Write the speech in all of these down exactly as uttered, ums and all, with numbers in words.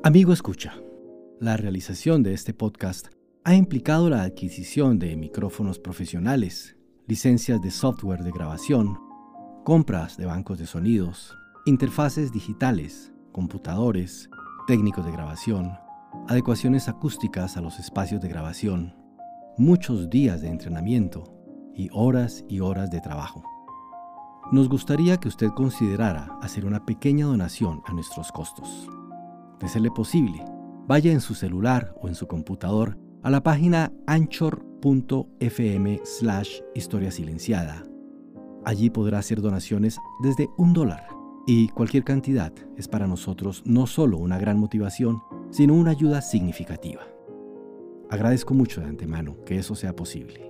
Amigo escucha, la realización de este podcast ha implicado la adquisición de micrófonos profesionales, licencias de software de grabación, compras de bancos de sonidos, interfaces digitales, computadores, técnicos de grabación, adecuaciones acústicas a los espacios de grabación, muchos días de entrenamiento y horas y horas de trabajo. Nos gustaría que usted considerara hacer una pequeña donación a nuestros costos. De serle posible, vaya en su celular o en su computador a la página anchor.fm slash historia silenciada. Allí podrá hacer donaciones desde un dólar y cualquier cantidad es para nosotros no solo una gran motivación, sino una ayuda significativa. Agradezco mucho de antemano que eso sea posible.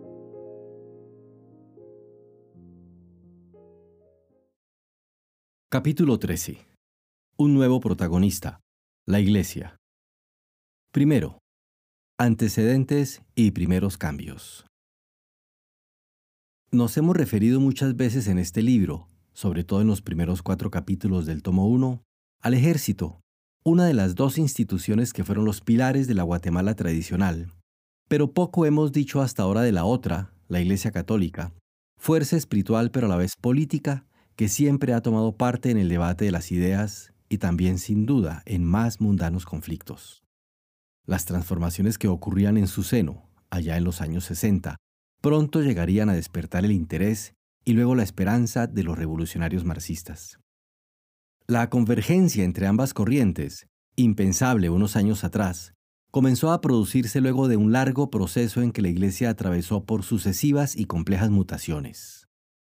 Capítulo trece. Un nuevo protagonista, la Iglesia. Primero, antecedentes y primeros cambios. Nos hemos referido muchas veces en este libro, sobre todo en los primeros cuatro capítulos del tomo uno, al ejército, una de las dos instituciones que fueron los pilares de la Guatemala tradicional, pero poco hemos dicho hasta ahora de la otra, la Iglesia Católica, fuerza espiritual pero a la vez política, que siempre ha tomado parte en el debate de las ideas y también, sin duda, en más mundanos conflictos. Las transformaciones que ocurrían en su seno, allá en los años sesenta, pronto llegarían a despertar el interés y luego la esperanza de los revolucionarios marxistas. La convergencia entre ambas corrientes, impensable unos años atrás, comenzó a producirse luego de un largo proceso en que la Iglesia atravesó por sucesivas y complejas mutaciones.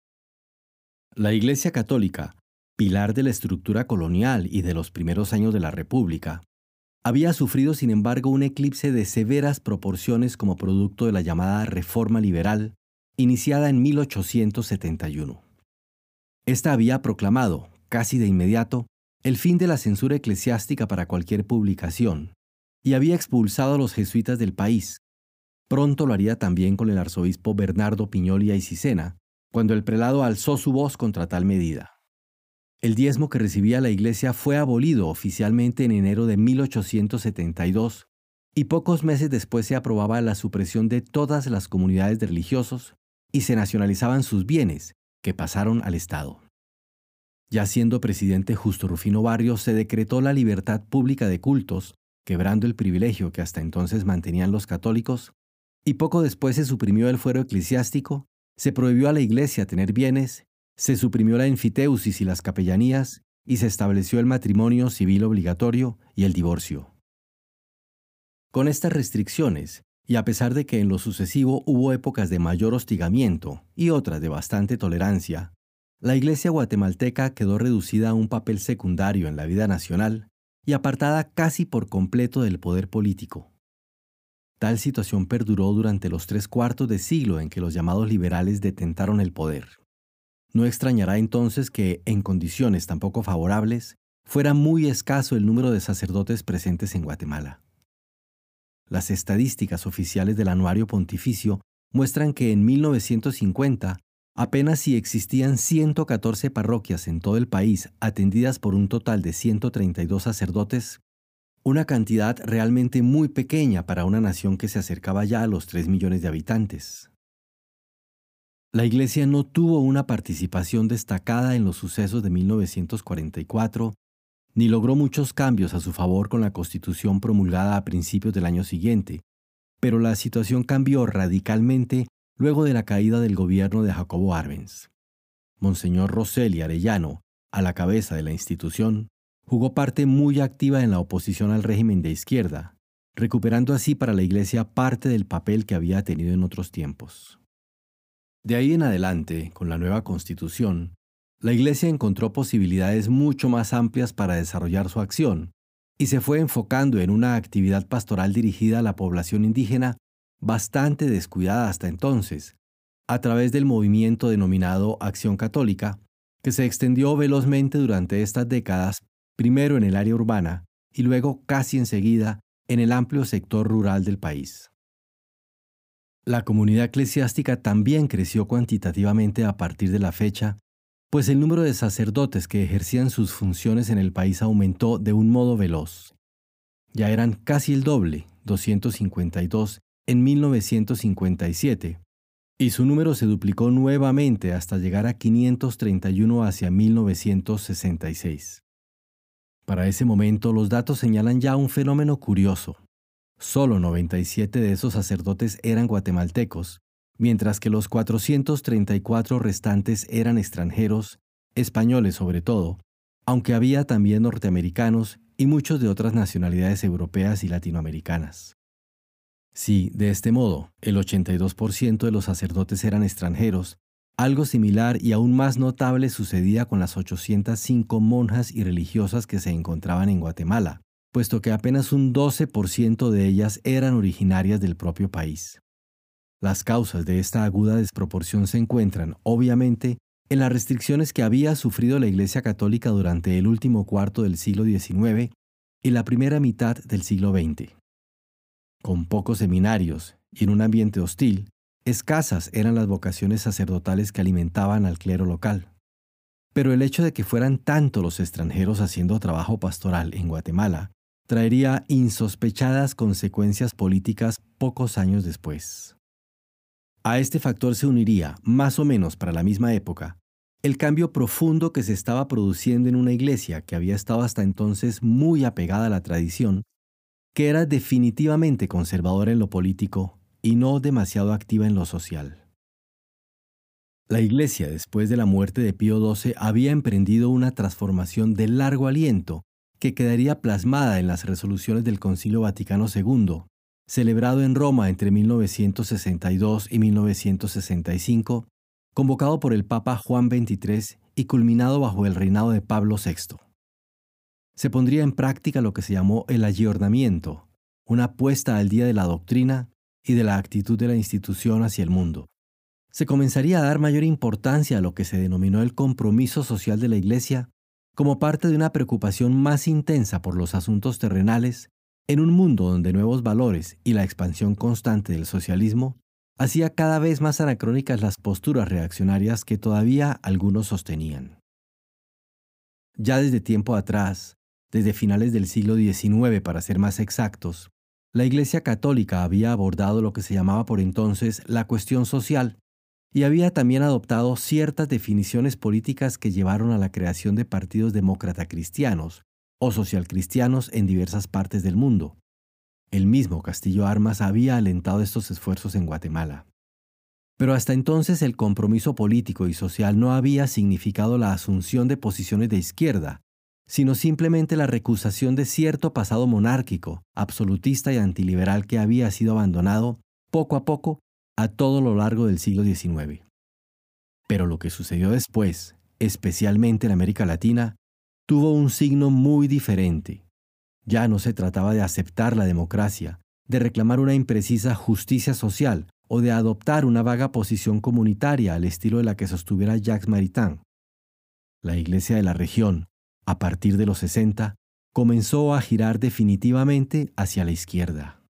La Iglesia Católica, pilar de la estructura colonial y de los primeros años de la República, había sufrido sin embargo un eclipse de severas proporciones como producto de la llamada Reforma Liberal, iniciada en mil ochocientos setenta y uno. Esta había proclamado, casi de inmediato, el fin de la censura eclesiástica para cualquier publicación, y había expulsado a los jesuitas del país. Pronto lo haría también con el arzobispo Bernardo Piñol y Cicena, cuando el prelado alzó su voz contra tal medida. El diezmo que recibía la Iglesia fue abolido oficialmente en enero de mil ochocientos setenta y dos y pocos meses después se aprobaba la supresión de todas las comunidades de religiosos y se nacionalizaban sus bienes, que pasaron al Estado. Ya siendo presidente Justo Rufino Barrios, se decretó la libertad pública de cultos, quebrando el privilegio que hasta entonces mantenían los católicos, y poco después se suprimió el fuero eclesiástico, se prohibió a la Iglesia tener bienes, se suprimió la enfiteusis y las capellanías y se estableció el matrimonio civil obligatorio y el divorcio. Con estas restricciones, y a pesar de que en lo sucesivo hubo épocas de mayor hostigamiento y otras de bastante tolerancia, la Iglesia guatemalteca quedó reducida a un papel secundario en la vida nacional y apartada casi por completo del poder político. Tal situación perduró durante los tres cuartos de siglo en que los llamados liberales detentaron el poder. No extrañará entonces que, en condiciones tan poco favorables, fuera muy escaso el número de sacerdotes presentes en Guatemala. Las estadísticas oficiales del Anuario Pontificio muestran que en mil novecientos cincuenta apenas si existían ciento catorce parroquias en todo el país atendidas por un total de ciento treinta y dos sacerdotes, una cantidad realmente muy pequeña para una nación que se acercaba ya a los tres millones de habitantes. La Iglesia no tuvo una participación destacada en los sucesos de mil novecientos cuarenta y cuatro, ni logró muchos cambios a su favor con la Constitución promulgada a principios del año siguiente, pero la situación cambió radicalmente luego de la caída del gobierno de Jacobo Arbenz. Monseñor Roseli Arellano, a la cabeza de la institución, jugó parte muy activa en la oposición al régimen de izquierda, recuperando así para la Iglesia parte del papel que había tenido en otros tiempos. De ahí en adelante, con la nueva Constitución, la Iglesia encontró posibilidades mucho más amplias para desarrollar su acción y se fue enfocando en una actividad pastoral dirigida a la población indígena bastante descuidada hasta entonces, a través del movimiento denominado Acción Católica, que se extendió velozmente durante estas décadas, primero en el área urbana y luego casi enseguida en el amplio sector rural del país. La comunidad eclesiástica también creció cuantitativamente a partir de la fecha, pues el número de sacerdotes que ejercían sus funciones en el país aumentó de un modo veloz. Ya eran casi el doble, doscientos cincuenta y dos, en mil novecientos cincuenta y siete, y su número se duplicó nuevamente hasta llegar a quinientos treinta y uno hacia mil novecientos sesenta y seis. Para ese momento, los datos señalan ya un fenómeno curioso. Solo noventa y siete de esos sacerdotes eran guatemaltecos, mientras que los cuatrocientos treinta y cuatro restantes eran extranjeros, españoles sobre todo, aunque había también norteamericanos y muchos de otras nacionalidades europeas y latinoamericanas. Si, de este modo, el ochenta y dos por ciento de los sacerdotes eran extranjeros, algo similar y aún más notable sucedía con las ochocientas cinco monjas y religiosas que se encontraban en Guatemala, puesto que apenas un doce por ciento de ellas eran originarias del propio país. Las causas de esta aguda desproporción se encuentran, obviamente, en las restricciones que había sufrido la Iglesia Católica durante el último cuarto del siglo diecinueve y la primera mitad del siglo veinte. Con pocos seminarios y en un ambiente hostil, escasas eran las vocaciones sacerdotales que alimentaban al clero local. Pero el hecho de que fueran tanto los extranjeros haciendo trabajo pastoral en Guatemala traería insospechadas consecuencias políticas pocos años después. A este factor se uniría, más o menos para la misma época, el cambio profundo que se estaba produciendo en una iglesia que había estado hasta entonces muy apegada a la tradición, que era definitivamente conservadora en lo político y no demasiado activa en lo social. La Iglesia, después de la muerte de Pío doce, había emprendido una transformación de largo aliento que quedaría plasmada en las resoluciones del Concilio Vaticano segundo, celebrado en Roma entre mil novecientos sesenta y dos y mil novecientos sesenta y cinco, convocado por el Papa Juan veintitrés y culminado bajo el reinado de Pablo sexto. Se pondría en práctica lo que se llamó el ayornamiento, una puesta al día de la doctrina y de la actitud de la institución hacia el mundo. Se comenzaría a dar mayor importancia a lo que se denominó el compromiso social de la Iglesia como parte de una preocupación más intensa por los asuntos terrenales en un mundo donde nuevos valores y la expansión constante del socialismo hacía cada vez más anacrónicas las posturas reaccionarias que todavía algunos sostenían. Ya desde tiempo atrás, desde finales del siglo diecinueve para ser más exactos, la Iglesia Católica había abordado lo que se llamaba por entonces la cuestión social y había también adoptado ciertas definiciones políticas que llevaron a la creación de partidos demócrata cristianos o socialcristianos en diversas partes del mundo. El mismo Castillo Armas había alentado estos esfuerzos en Guatemala. Pero hasta entonces el compromiso político y social no había significado la asunción de posiciones de izquierda, sino simplemente la recusación de cierto pasado monárquico, absolutista y antiliberal que había sido abandonado poco a poco a todo lo largo del siglo diecinueve. Pero lo que sucedió después, especialmente en América Latina, tuvo un signo muy diferente. Ya no se trataba de aceptar la democracia, de reclamar una imprecisa justicia social o de adoptar una vaga posición comunitaria al estilo de la que sostuviera Jacques Maritain. La Iglesia de la región, a partir de los sesenta, comenzó a girar definitivamente hacia la izquierda.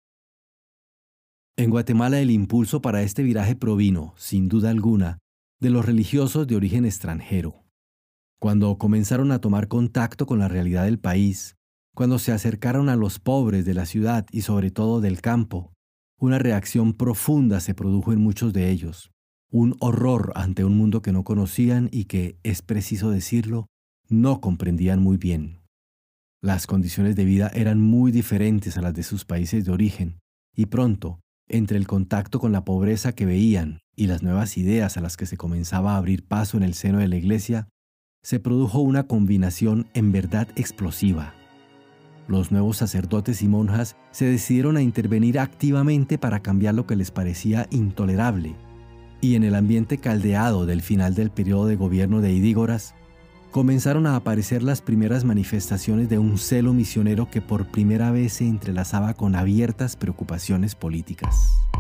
En Guatemala el impulso para este viraje provino, sin duda alguna, de los religiosos de origen extranjero. Cuando comenzaron a tomar contacto con la realidad del país, cuando se acercaron a los pobres de la ciudad y sobre todo del campo, una reacción profunda se produjo en muchos de ellos, un horror ante un mundo que no conocían y que, es preciso decirlo, no comprendían muy bien. Las condiciones de vida eran muy diferentes a las de sus países de origen, y pronto, entre el contacto con la pobreza que veían y las nuevas ideas a las que se comenzaba a abrir paso en el seno de la Iglesia, se produjo una combinación en verdad explosiva. Los nuevos sacerdotes y monjas se decidieron a intervenir activamente para cambiar lo que les parecía intolerable, y en el ambiente caldeado del final del periodo de gobierno de Idígoras, comenzaron a aparecer las primeras manifestaciones de un celo misionero que por primera vez se entrelazaba con abiertas preocupaciones políticas.